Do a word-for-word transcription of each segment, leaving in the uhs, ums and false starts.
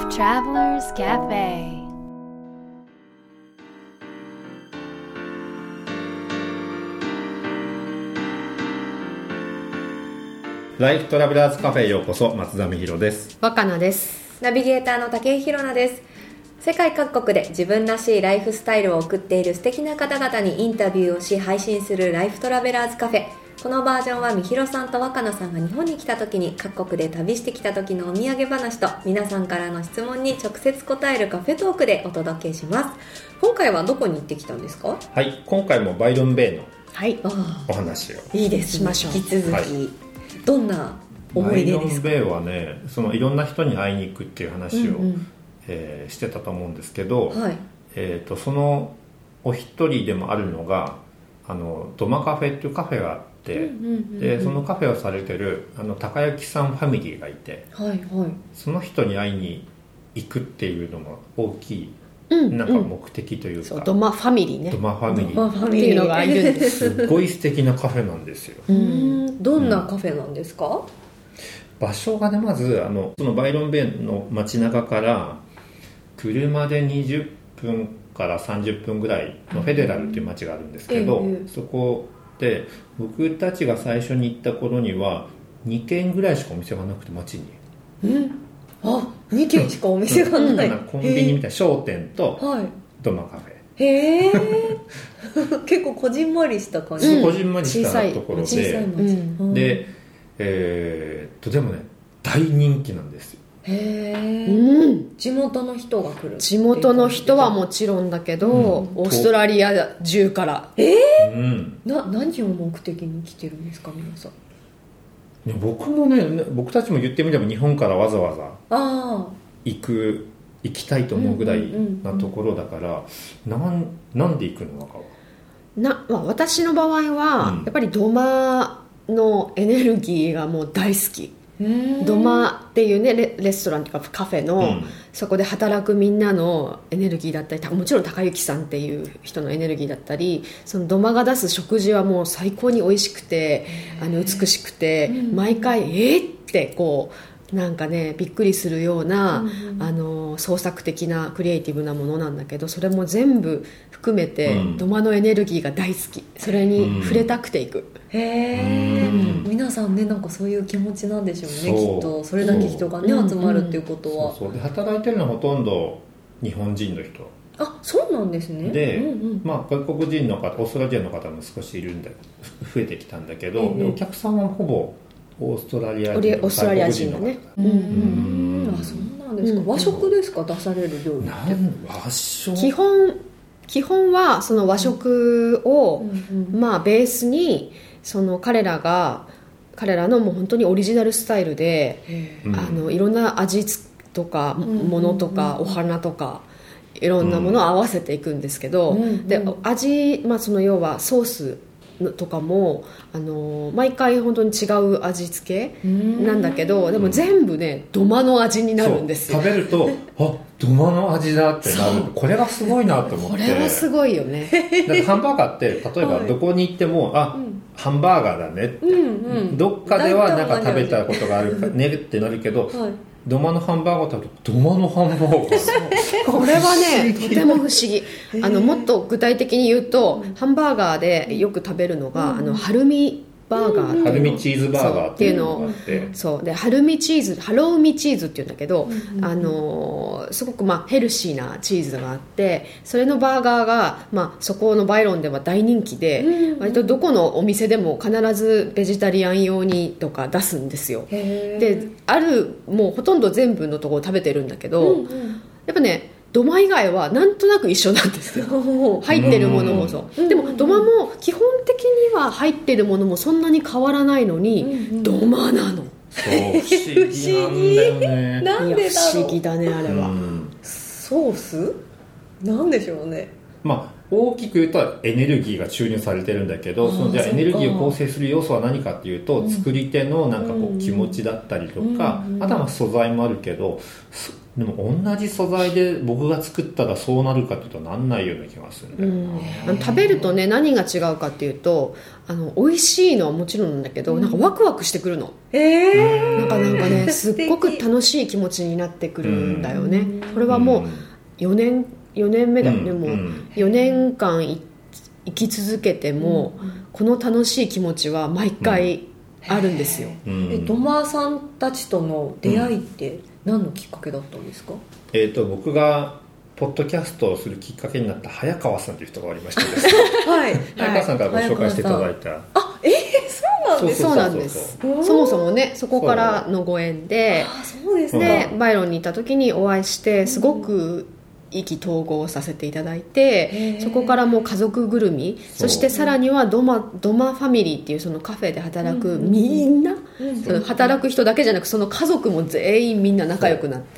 Travelers Cafe。 ライフトラベラーズカフェへようこそ。松田美弘です。 若菜です。 ナビゲーターの竹井宏奈です。世界各国で自分らしいライフスタイルを送っている素敵な方々にインタビューをし配信するライフトラベラーズカフェ。このバージョンは美弘さんと若菜さんが日本に来た時に各国で旅してきた時のお土産話と皆さんからの質問に直接答えるカフェトークでお届けします。今回はどこに行ってきたんですか？ はい、今回もバイロンベイのはいお話をいいですね、 しましょう。 引き続き、はい、どんな思い出ですか？ バイロンベイはね、そのいろんな人に会いに行くっていう話を、 うんうんえーしてたと思うんですけど、 はい、 えー、とそのお一人でもあるのがあのドマカフェっていうカフェがあって、 うんうんうんうん、 でそのカフェをされてるあの高幸さんファミリーがいて、 はいはい、 その人に会いに行くっていうのも大きい、 うんうん、 なんか目的というか、 そうドマファミリーね、 ドマファミリードマファミリーっていうのがいるんですすごい素敵なカフェなんですよ。 うーん、どんなカフェなんですか？ 場所がね、まずあのそのバイロンベイの街中から車でにじゅっぷんからさんじゅっぷんぐらいのフェデラルっていう街があるんですけど、 うんええ、 そこで僕たちが最初に行った頃にはにけんぐらいしかお店がなくて、街に、 うん、あ、にけんしかお店がない、 うん、コンビニみたいな商店とドマカフェ、 へえ結構こじんまりした感じ、 うん、こじんまりしたところで、 小さい町、うん、 で、えー、っとでもね大人気なんですよ。 へえ、 うん、 地元の人が来る？ 地元の人はもちろんだけど、うん、オーストラリア中からえーうん、 な何を目的に来てるんですか皆さん？ ね、僕もね、僕たちも言ってみれば日本からわざわざ行く行きたいと思うぐらいなところだから、なん、なんで行くのかな、まあ、私の場合は、うん、やっぱりドマのエネルギーがもう大好き。ドマっていうね レ, レストランというかカフェの、うん、そこで働くみんなのエネルギーだったり、もちろん高幸さんっていう人のエネルギーだったり、そのドマが出す食事はもう最高に美味しくて、あの美しくて、うん、毎回えーってこうなんかねびっくりするような、うん、あの創作的なクリエイティブなものなんだけど、それも全部含めて、うん、ドマのエネルギーが大好き、それに触れたくていく、うん、 へえ、うん、皆さんね、なんかそういう気持ちなんでしょうね、きっとそれだけ人がね集まるっていうことは、 そうそうで働いてるのはほとんど日本人の人。 あ、そうなんですね。 で、 うんうん、 まあ、外国人の方、オーストラリアの方も少しいるんだ増えてきたんだけど、うんうん、お客さんはほぼオーストラリア人、 オーストラリア人のね、 うんうん、あ、そうなんですか、うん、和食ですか、出される料理って？ 和食、 基本基本はその和食を、うんうん、まあベースにその彼らが彼らのもう本当にオリジナルスタイルで、あのいろんな味とかものとか、うんうんうん、お花とかいろんなものを合わせていくんですけど、うんうん、で味、まあ、その要はソースとかもあの毎回本当に違う味付けなんだけど、でも全部ねドマの味になるんですよ。 食べるとあ、ドマの味だってなる。これがすごいなと思って。 これはすごいよね。 だってハンバーガーって例えばどこに行っても、はい、あ、うん、ハンバーガーだねって、うんうん、どっかではなんか食べたことがあるねってなるけど、はい、ドマのハンバーガー食べるとドマのハンバーガーこれはねとても不思議。あのもっと具体的に言うと、ハンバーガーでよく食べるのが、うん、あのハルミバーガー、 ハルミチーズバーガーっていうのがあって、 そうでハルミチーズ、ハローミチーズっていうんだけど、うん、あのすごくまあヘルシーなチーズがあって、それのバーガーが、まあ、そこのバイロンでは大人気で、うん、割とどこのお店でも必ずベジタリアン用にとか出すんですよ。であるもうほとんど全部のところ食べてるんだけど、うんうん、やっぱねドマ以外はなんとなく一緒なんですよ入ってるものもそう、うん、でもドマも基本的には入ってるものもそんなに変わらないのに、うんうん、ドマなの。 そう不思議なんだよね。 なんでだろう。 いや不思議だねあれは、 うん、ソースなんでしょうね。 まあ大きく言うとエネルギーが注入されてるんだけど、そのじゃあエネルギーを構成する要素は何かっていうと、うん、作り手のなんかこう気持ちだったりとか、うん、あとはまあ素材もあるけど、でも同じ素材で僕が作ったらそうなるかというとなんないような気がするんだよな、 うん、食べるとね何が違うかっていうと、あの美味しいのはもちろんなんだけど、うん、なんかワクワクしてくるの、 えー、 なんかなんかねすっごく楽しい気持ちになってくるんだよね、うん、これはもうよねんよねんめだよね、うん、もうよねんかん生き続けても、うん、この楽しい気持ちは毎回あるんですよ、 うん、えドマさんたちとの出会いって何のきっかけだったんですか？ えーと、僕がポッドキャストをするきっかけになった早川さんという人がおりましてですねはい、 早川さんからご紹介していただいた、 あ、えー、そうなんですそうなんですそもそもねそこからのご縁で、 あ、そうですね、バイロンにいた時にお会いしてすごく意気投合させていただいて、そこからもう家族ぐるみ、そしてさらにはドマ、ドマファミリーっていうそのカフェで働くみんな、うん、その働く人だけじゃなくその家族も全員みんな仲良くなって、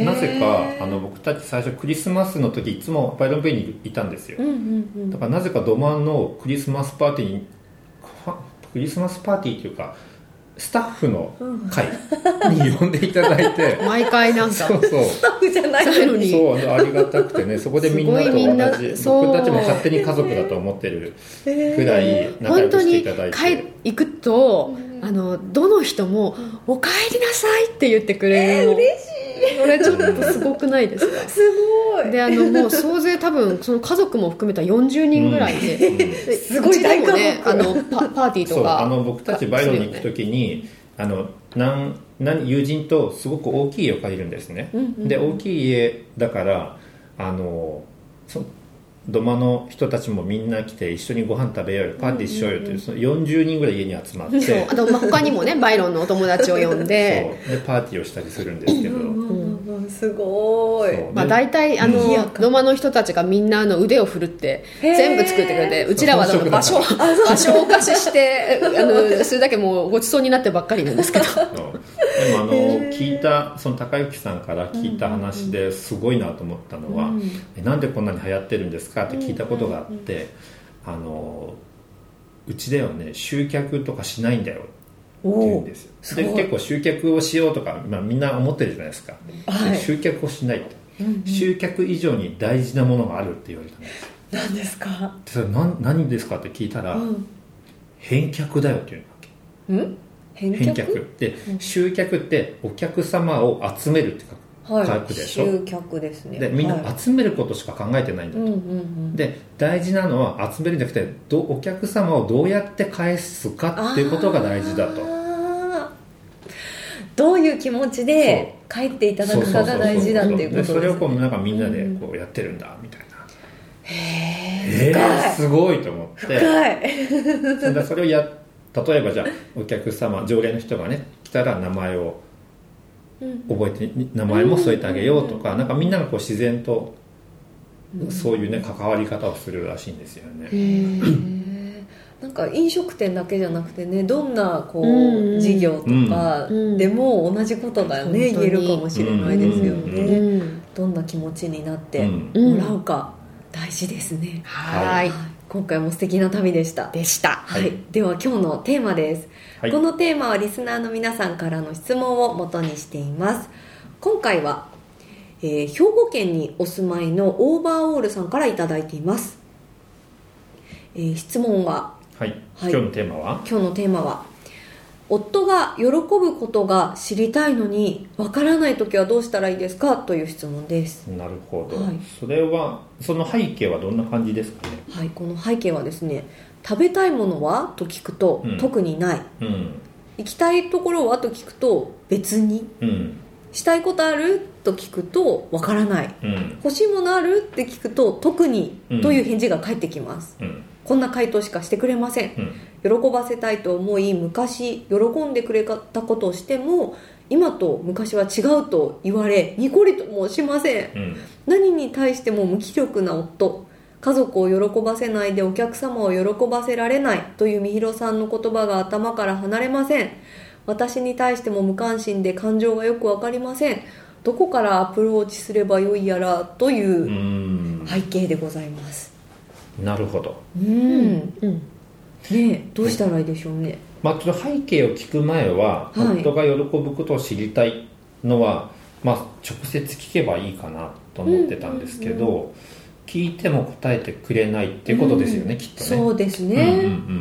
なぜかあの僕たち最初クリスマスの時いつもバイロンベイにいたんですよ、うんうんうん、だからなぜかドマのクリスマスパーティーにクリスマスパーティーっていうかスタッフの会に呼んでいただいて毎回なんかそうそうスタッフじゃないのにそうありがたくてね、そこでみんなと同じ、僕たちも勝手に家族だと思ってるくらい仲良くしていただいて、 本当に行くと、うん、あのどの人も、うん、お帰りなさいって言ってくれるの、 えー、嬉しい。 これちょっとすごくないですか？ すごい。 であのもう総勢多分その家族も含めたよんじゅうにんぐらいで、うんうん、 すごい大家族、 ね、あの パ, パーティーとかそうあの僕たちバイロンに行く時にあの何何友人とすごく大きい家を借りるんですね、うんうんうん、で大きい家だからあのそ土間の人たちもみんな来て一緒にご飯食べようよパーティーしようよという、うんうんうん、そのよんじゅうにんぐらい家に集まってあと、まあ、他にもねバイロンのお友達を呼んでそうでパーティーをしたりするんですけど、うんうん、すごい、 まあ、大体あの土間の人たちがみんなあの腕を振るって全部作ってくれて、うちらは場所場所をお貸ししてあのそれだけもうごちそうになってばっかりなんですけどでもあの聞いたその高幸さんから聞いた話ですごいなと思ったのは、うんうん、えなんでこんなに流行ってるんですかって聞いたことがあって、うんうんうん、あのうちではね集客とかしないんだよって言うんですよ。で結構集客をしようとか、まあ、みんな思ってるじゃないですか、はい、集客をしないと、うんうん、集客以上に大事なものがあるって言われたんですよ。 何ですか？ でそれ 何, 何ですかって聞いたら、うん、返客だよって言うわけ。 ん返客? 返客で、うん、集客ってお客様を集めるって書く、はい、書くでしょ。 集客ですね。 でみんな集めることしか考えてないんだと、はい、で大事なのは集めるんじゃなくてどお客様をどうやって返すかっていうことが大事だと。 どういう気持ちで帰っていただくかが大事だっていうことですね。 それをこうなんかみんなでこうやってるんだみたいな、うん、 へえー、すごいと思って深いそれをや例えばじゃあお客様常連の人がね来たら名前を覚えて、うん、名前も添えてあげようとか、うん、なんかみんながこう自然とそういうね関わり方をするらしいんですよね。 へーなんか飲食店だけじゃなくてねどんなこう、うん、事業とかでも同じことがね、うん、言えるかもしれないですよね、うん、どんな気持ちになってもらうか大事ですね、 はい、 今回も素敵な旅でしたでした、 はい、では今日のテーマです、はい、このテーマはリスナーの皆さんからの質問を元にしています。今回は、えー、兵庫県にお住まいのオーバーオールさんからいただいています、えー、質問ははい、はい、今日のテーマは今日のテーマは夫が喜ぶことが知りたいのにわからないときはどうしたらいいですかという質問です。 なるほど、はい、それはその背景はどんな感じですかね。 はい、この背景はですね食べたいものはと聞くと、うん、特にない、うん、行きたいところはと聞くと別に、うん、したいことあると聞くとわからない、うん、欲しいものあるって聞くと特にという返事が返ってきます、うん、こんな回答しかしてくれません、うん、喜ばせたいと思い昔喜んでくれたことをしても今と昔は違うと言われニコリともしません、うん、何に対しても無気力な夫、家族を喜ばせないでお客様を喜ばせられないというみひろさんの言葉が頭から離れません。私に対しても無関心で感情がよくわかりません。どこからアプローチすればよいやらという背景でございます。 なるほど。 うん、 うん、 ね、どうしたらいいでしょうね。 まあ、ちょっと背景を聞く前は、はい、夫が喜ぶことを知りたいのは、まあ、直接聞けばいいかなと思ってたんですけど、うんうんうん、聞いても答えてくれないっていうことですよね、うん、きっとね。 そうですね、うんうんうんうん、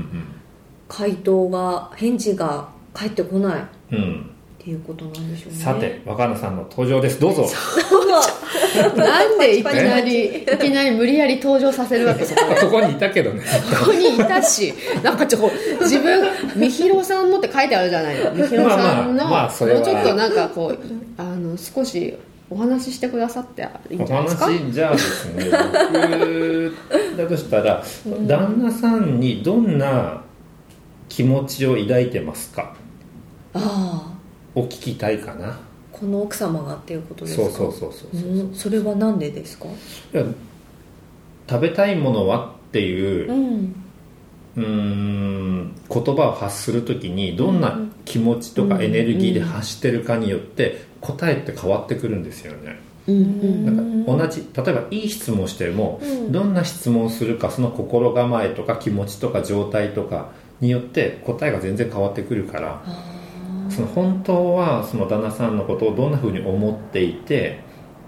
回答が返事が返ってこない、うんっていうことなんでしょうね。 さて、若菜さんの登場です。どうぞ。 なんでいきなりいきなり無理やり登場させるわけですか。 ここにいたけどね。 ここにいたし、なんかちょっと自分みひろさんのって書いてあるじゃないの。みひろさんの、まあまあまあ、もうちょっとなんかこうあの少しお話ししてくださっていいんじゃないですか。 お話じゃあですね、僕だとしたら、うん、旦那さんにどんな気持ちを抱いてますか。ああ。を聞きたいかな。 この奥様がっていうことですか。 そうそうそうそうそう、 うん、それはなんでですか。 いや、食べたいものはっていう、うん、うーん言葉を発するときにどんな気持ちとかエネルギーで発してるかによって答えって変わってくるんですよね。うん、なんか同じ、例えばいい質問をしても、うん、どんな質問をするか、その心構えとか気持ちとか状態とかによって答えが全然変わってくるから、その本当はその旦那さんのことをどんな風に思っていて、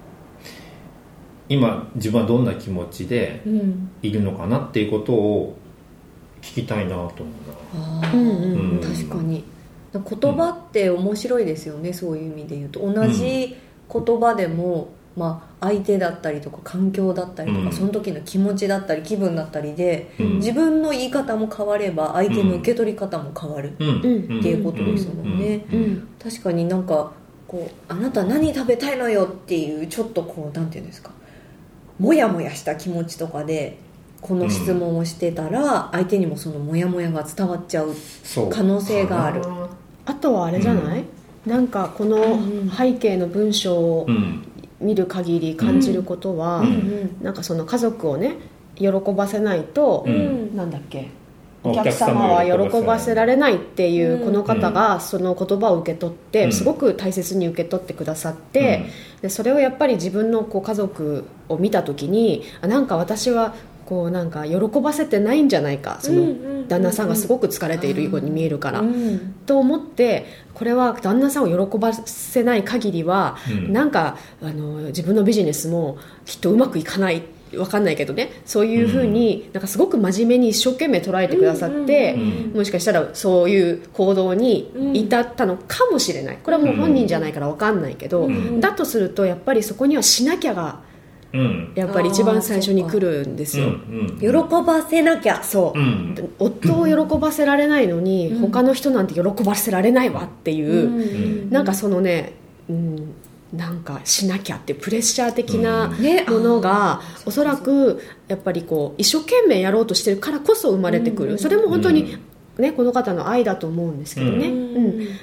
今自分はどんな気持ちでいるのかなっていうことを聞きたいなと思うな。 あ、うんうんうん、確かに言葉って面白いですよね、うん、そういう意味で言うと同じ言葉でも、まあ、相手だったりとか環境だったりとか、うん、その時の気持ちだったり気分だったりで、うん、自分の言い方も変われば相手の受け取り方も変わる、うん、っていうことですもんね、うんうん、確かになんかこうあなた何食べたいのよっていうちょっとこうなんていうんですか、モヤモヤした気持ちとかでこの質問をしてたら、相手にもそのモヤモヤが伝わっちゃう可能性がある。 あとはあれじゃない、うん、なんかこの背景の文章を見る限り感じることは、うん、なんかその家族をね喜ばせないと、うん、なんだっけ、お客様は喜ばせられないっていうこの方がその言葉を受け取ってすごく大切に受け取ってくださって、でそれをやっぱり自分のこう家族を見た時に、あ、なんか私はこうなんか喜ばせてないんじゃないか、その旦那さんがすごく疲れているように見えるから、と思って、これは旦那さんを喜ばせない限りはなんかあの自分のビジネスもきっとうまくいかない、分かんないけどね、そういうふうになんかすごく真面目に一生懸命捉えてくださって、もしかしたらそういう行動に至ったのかもしれない。これはもう本人じゃないから分かんないけど、だとするとやっぱりそこにはしなきゃがやっぱり一番最初に来るんですよ、うんうん、喜ばせなきゃ。 そう、うん、夫を喜ばせられないのに、うん、他の人なんて喜ばせられないわっていう、うん、なんかそのね、うん、なんかしなきゃってプレッシャー的なものが、うんね、おそらくやっぱりこう一生懸命やろうとしてるからこそ生まれてくる、うん、それも本当にね、この方の愛だと思うんですけどね、うんうん、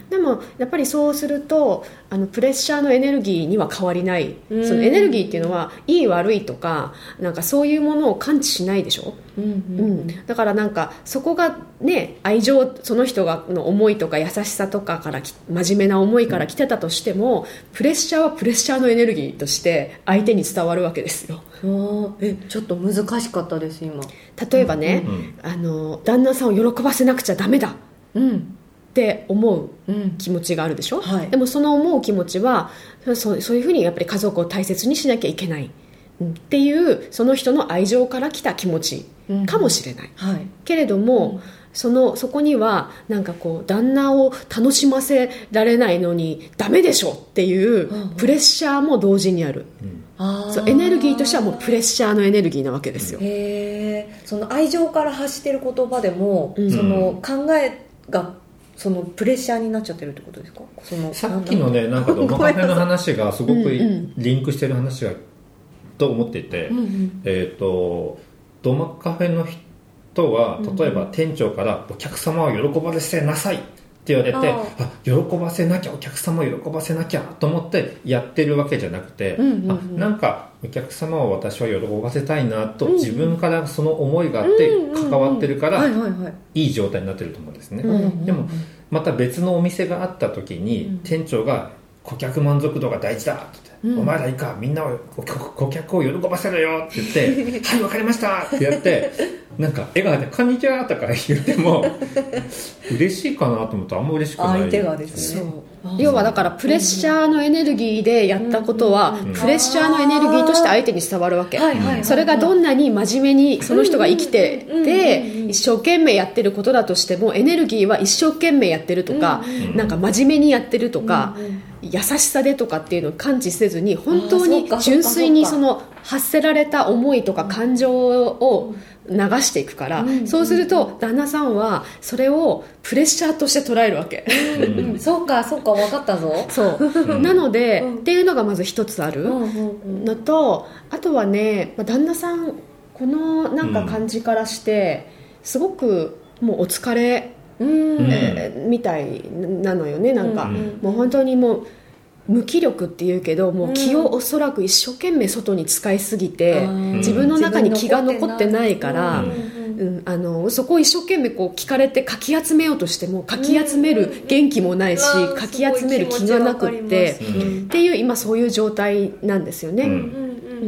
でもやっぱりそうするとあのプレッシャーのエネルギーには変わりない、うん、そのエネルギーっていうのはいい悪いとかなんかそういうものを感知しないでしょ、うんうんうん、だからなんかそこがね、愛情、その人がの思いとか優しさとかから真面目な思いから来てたとしても、プレッシャーはプレッシャーのエネルギーとして相手に伝わるわけですよ。 えちょっと難しかったです今。 例えばね、うんうん、あの旦那さんを喜ばせなくちゃダメだ、うん、って思う気持ちがあるでしょ、うんはい、でもその思う気持ちはそう、そういうふうにやっぱり家族を大切にしなきゃいけないっていうその人の愛情から来た気持ちかもしれない、うんはい、けれども、うん、そのそこにはなんかこう旦那を楽しませられないのにダメでしょっていうプレッシャーも同時にある、うんあそうエネルギーとしてはもうプレッシャーのエネルギーなわけですよ。 へー、その愛情から発してる言葉でも、うん、その考えがそのプレッシャーになっちゃってるってことですか。そのさっきのねなんかドマカフェの話がすごくリンクしてる話がと思っていて、うんうん、えーとドマカフェの人は例えば店長からお客様を喜ばせなさいって言われて、ああ喜ばせなきゃ、お客様を喜ばせなきゃと思ってやってるわけじゃなくて、うんうんうん、あなんかお客様を私は喜ばせたいなと自分からその思いがあって関わってるからいい状態になってると思うんですね、うんうんうん、でもまた別のお店があった時に、うん、店長が顧客満足度が大事だって言って、うん、お前らいいかみんなを顧客を喜ばせるよって言ってはいわかりましたってやってなんか笑顔でこんにちはとか言っても嬉しいかなと思うとあんま嬉しくない。 相手がですね。 要はだからプレッシャーのエネルギーでやったことはプレッシャーのエネルギーとして相手に伝わるわけ。それがどんなに真面目にその人が生きてて一生懸命やってることだとしてもエネルギーは一生懸命やってるとかなんか真面目にやってるとか優しさでとかっていうのを感知せずに本当に純粋にその発せられた思いとか感情を流していくから、うん、そうすると旦那さんはそれをプレッシャーとして捉えるわけ、 うんうん、そうかそうか分かったぞそう、うん、なので、うん、っていうのがまず一つあるのと、あとはね旦那さんこのなんか感じからしてすごくもうお疲れ、うんえー、みたいなのよね。なんか、うん、もう本当にもう無気力っていうけどもう気をおそらく一生懸命外に使いすぎて、うん、自分の中に気が残ってないから、うんうん、あのそこを一生懸命こう聞かれてかき集めようとしてもかき集める元気もないし、うん、かき集める気がなくって、うん、っていう今そういう状態なんですよね、うん、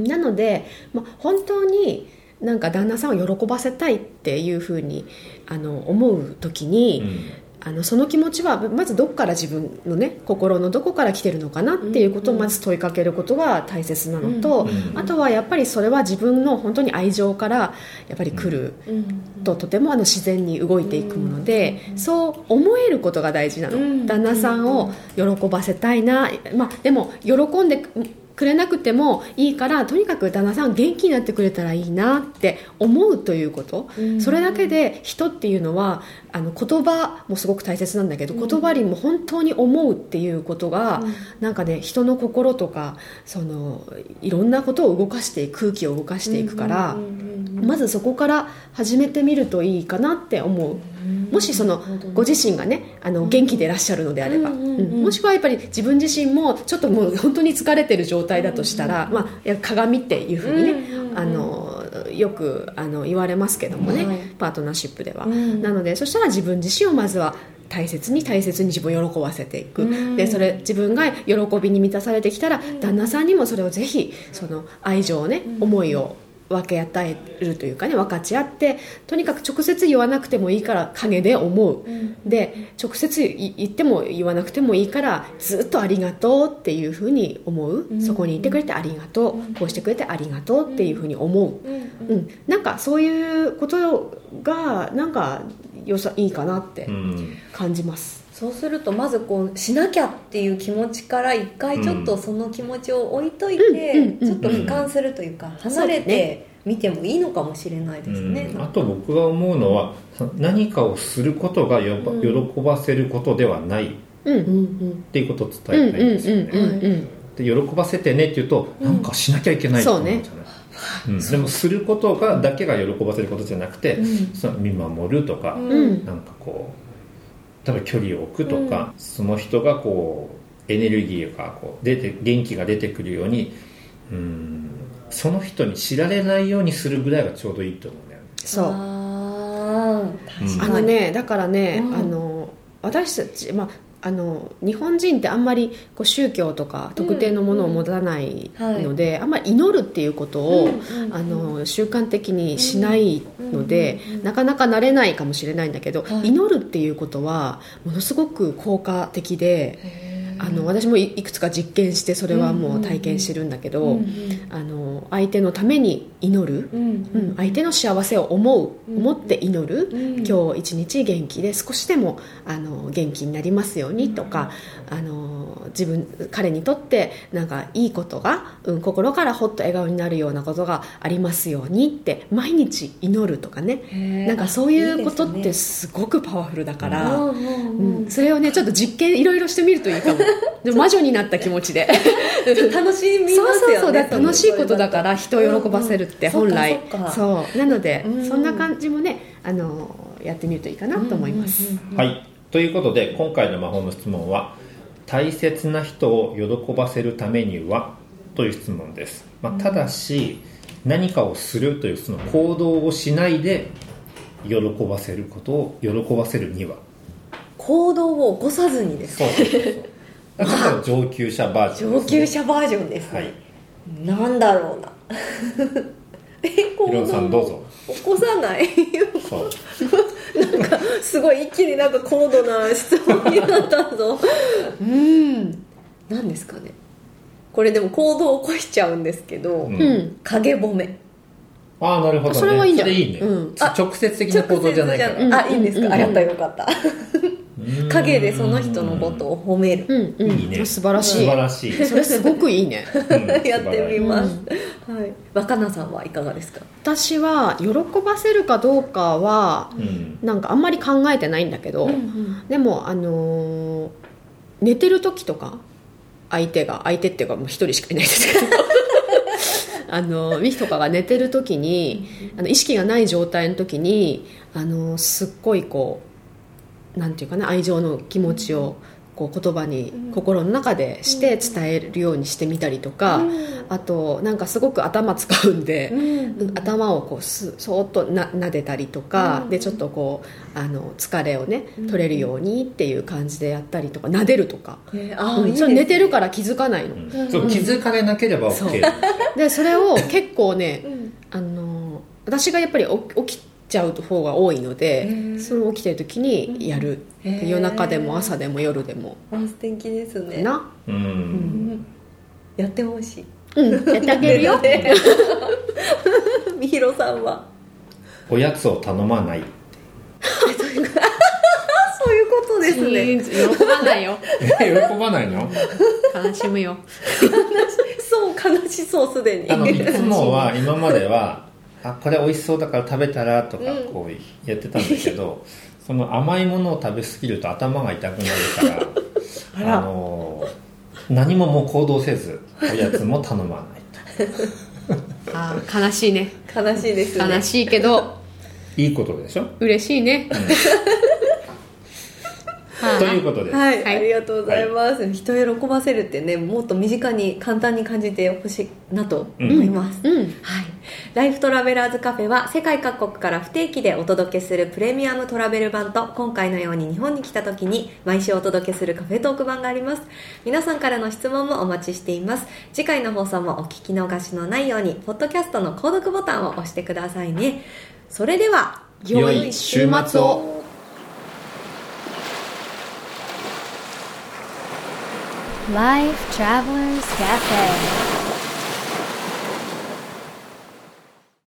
なので、ま、本当になんか旦那さんを喜ばせたいっていうふうにあの思う時に、うんあのその気持ちはまずどこから自分のね心のどこから来てるのかなっていうことをまず問いかけることが大切なのと、うんうん、あとはやっぱりそれは自分の本当に愛情からやっぱり来るととてもあの自然に動いていくもので、そう思えることが大事なの、うん、旦那さんを喜ばせたいな、まあ、でも喜んでくれなくてもいいからとにかく旦那さん元気になってくれたらいいなって思うということ、うん、それだけで人っていうのはあの言葉もすごく大切なんだけど、うん、言葉にも本当に思うっていうことが、うん、なんかね人の心とかそのいろんなことを動かしていく空気を動かしていくから、うん、まずそこから始めてみるといいかなって思う、うん、もしそのご自身がねあの元気でいらっしゃるのであれば、うんうん、もしくはやっぱり自分自身もちょっともう本当に疲れてる状態だとしたら、うんうんまあ、鏡っていうふうにね、うんうん、あのよくあの言われますけどもね、はい、パートナーシップでは、うん、なのでそしたら自分自身をまずは大切に大切に自分を喜ばせていく、うん、でそれ自分が喜びに満たされてきたら、うん、旦那さんにもそれをぜひその愛情をね、うん、思いを分け与えるというかね分かち合ってとにかく直接言わなくてもいいから陰で思う、うん、で直接言っても言わなくてもいいからずっとありがとうっていうふうに思う、うん、そこにいてくれてありがとう、うん、こうしてくれてありがとうっていうふうに思う、うんうん、なんかそういうことがなんかよさいいかなって感じます、 うん、そうするとまずこうしなきゃっていう気持ちから一回ちょっとその気持ちを置いといてちょっと俯瞰するというか離れて見てもいいのかもしれないですね、 うん、あと僕が思うのは何かをすることがよば、うん、喜ばせることではないっていうことを伝えたいんですよね。で喜ばせてねって言うと、うん、なんかしなきゃいけないと思うんじゃない、うんうん、でもすることがだけが喜ばせることじゃなくて、うん、その見守るとか、うん、なんかこう例えば距離を置くとか、うん、その人がこうエネルギーがこう出て元気が出てくるようにうんその人に知られないようにするぐらいがちょうどいいと思うんだよね。 そうあ、うん、あのねだからね、うん、あの私たち、まああの日本人ってあんまりこう宗教とか特定のものを持たないので、うんうんはい、あんまり祈るっていうことを、うんうんうん、あの習慣的にしないので、うんうんうん、なかなか慣れないかもしれないんだけど、はい、祈るっていうことはものすごく効果的であの私もいくつか実験してそれはもう体験してるんだけど、うんうんうん、あの相手のために祈る、うんうん、相手の幸せを思う、うん、思って祈る、うん、今日一日元気で少しでもあの元気になりますようにとか、うん、あの自分彼にとってなんかいいことが、うん、心からほっと笑顔になるようなことがありますようにって毎日祈るとかねなんかそういうことってすごくパワフルだから、うんうん、それをねちょっと実験いろいろしてみるといいかもでも魔女になった気持ちで楽しみますよね。 そうそうそうだ楽しいことだから人を喜ばせるって本来、うんうん、そうそうなので、うん、そんな感じもねあのやってみるといいかなと思います、うんうんうん、 はいということで今回の魔法の質問は大切な人を喜ばせるためにはという質問です、まあ、ただし、うん、何かをするというその行動をしないで喜ばせることを喜ばせるには行動を起こさずにですか。 そうそうそうそうちょっと上級者バージョンです、ね、 上級者バージョンですね、はい、なんだろうなえ、 ヒロさんどうぞ。 起こさないそうなんかすごい一気になんか高度な質問になったぞうーん、何ですかねこれ。でも行動を起こしちゃうんですけど、うん、影褒め。 ああ、なるほど、ね、 それはいいんじゃない。 それいいね、うん、直接的な行動じゃないから。 あ、いいんですか、うん、あ、やったよかった影でその人のことを褒める、 うんうん、いいね、素晴らしい、 素晴らしい、 それすごくいいね、 うん、やってみます、うん、はい。若菜さんはいかがですか。 私は喜ばせるかどうかは、うん、なんかあんまり考えてないんだけど、うんうん、でもあのー、寝てる時とか相手が相手っていうかもう一人しかいないですけどあのミキとかが寝てる時に、あの意識がない状態の時に、あのすっごいこうなんていうかな、愛情の気持ちをこう言葉に心の中でして伝えるようにしてみたりとか、あとなんかすごく頭使うんで、頭をこうすそーっとな撫でたりとかで、ちょっとこうあの疲れをね取れるようにっていう感じでやったりとか、撫でるとか、 えーあうん、それ寝てるから気づかないの、 うん、そう気づかれなければ OK で、それを結構ね、あの私がやっぱり起きちゃう方が多いので、その起きてる時にやる、うん、夜中でも朝でも夜でも。 あ、素敵ですねな、 うんうん、 やってほしい、 うん、やってあげるよみひろさんはおやつを頼まないそういうことですね。 喜ばないよ喜ばないの悲しむよそう悲しそう、すでに。 あのいつもは今まではあこれ美味しそうだから食べたらとかこうやってたんだけど、うん、その甘いものを食べ過ぎると頭が痛くなるからあの何ももう行動せずおやつも頼まないとあ悲しいね。 悲しいですね。 悲しいけどいいことでしょ。 嬉しいね、うんということです、 はいはい、ありがとうございます、はい、人を喜ばせるってね、もっと身近に簡単に感じてほしいなと思います、 うんうん、 はい。ライフトラベラーズカフェは世界各国から不定期でお届けするプレミアムトラベル版と、今回のように日本に来た時に毎週お届けするカフェトーク版があります。皆さんからの質問もお待ちしています。次回の放送もお聞き逃しのないようにポッドキャストの購読ボタンを押してくださいね。それでは良い週末を。 Life Travelers Cafe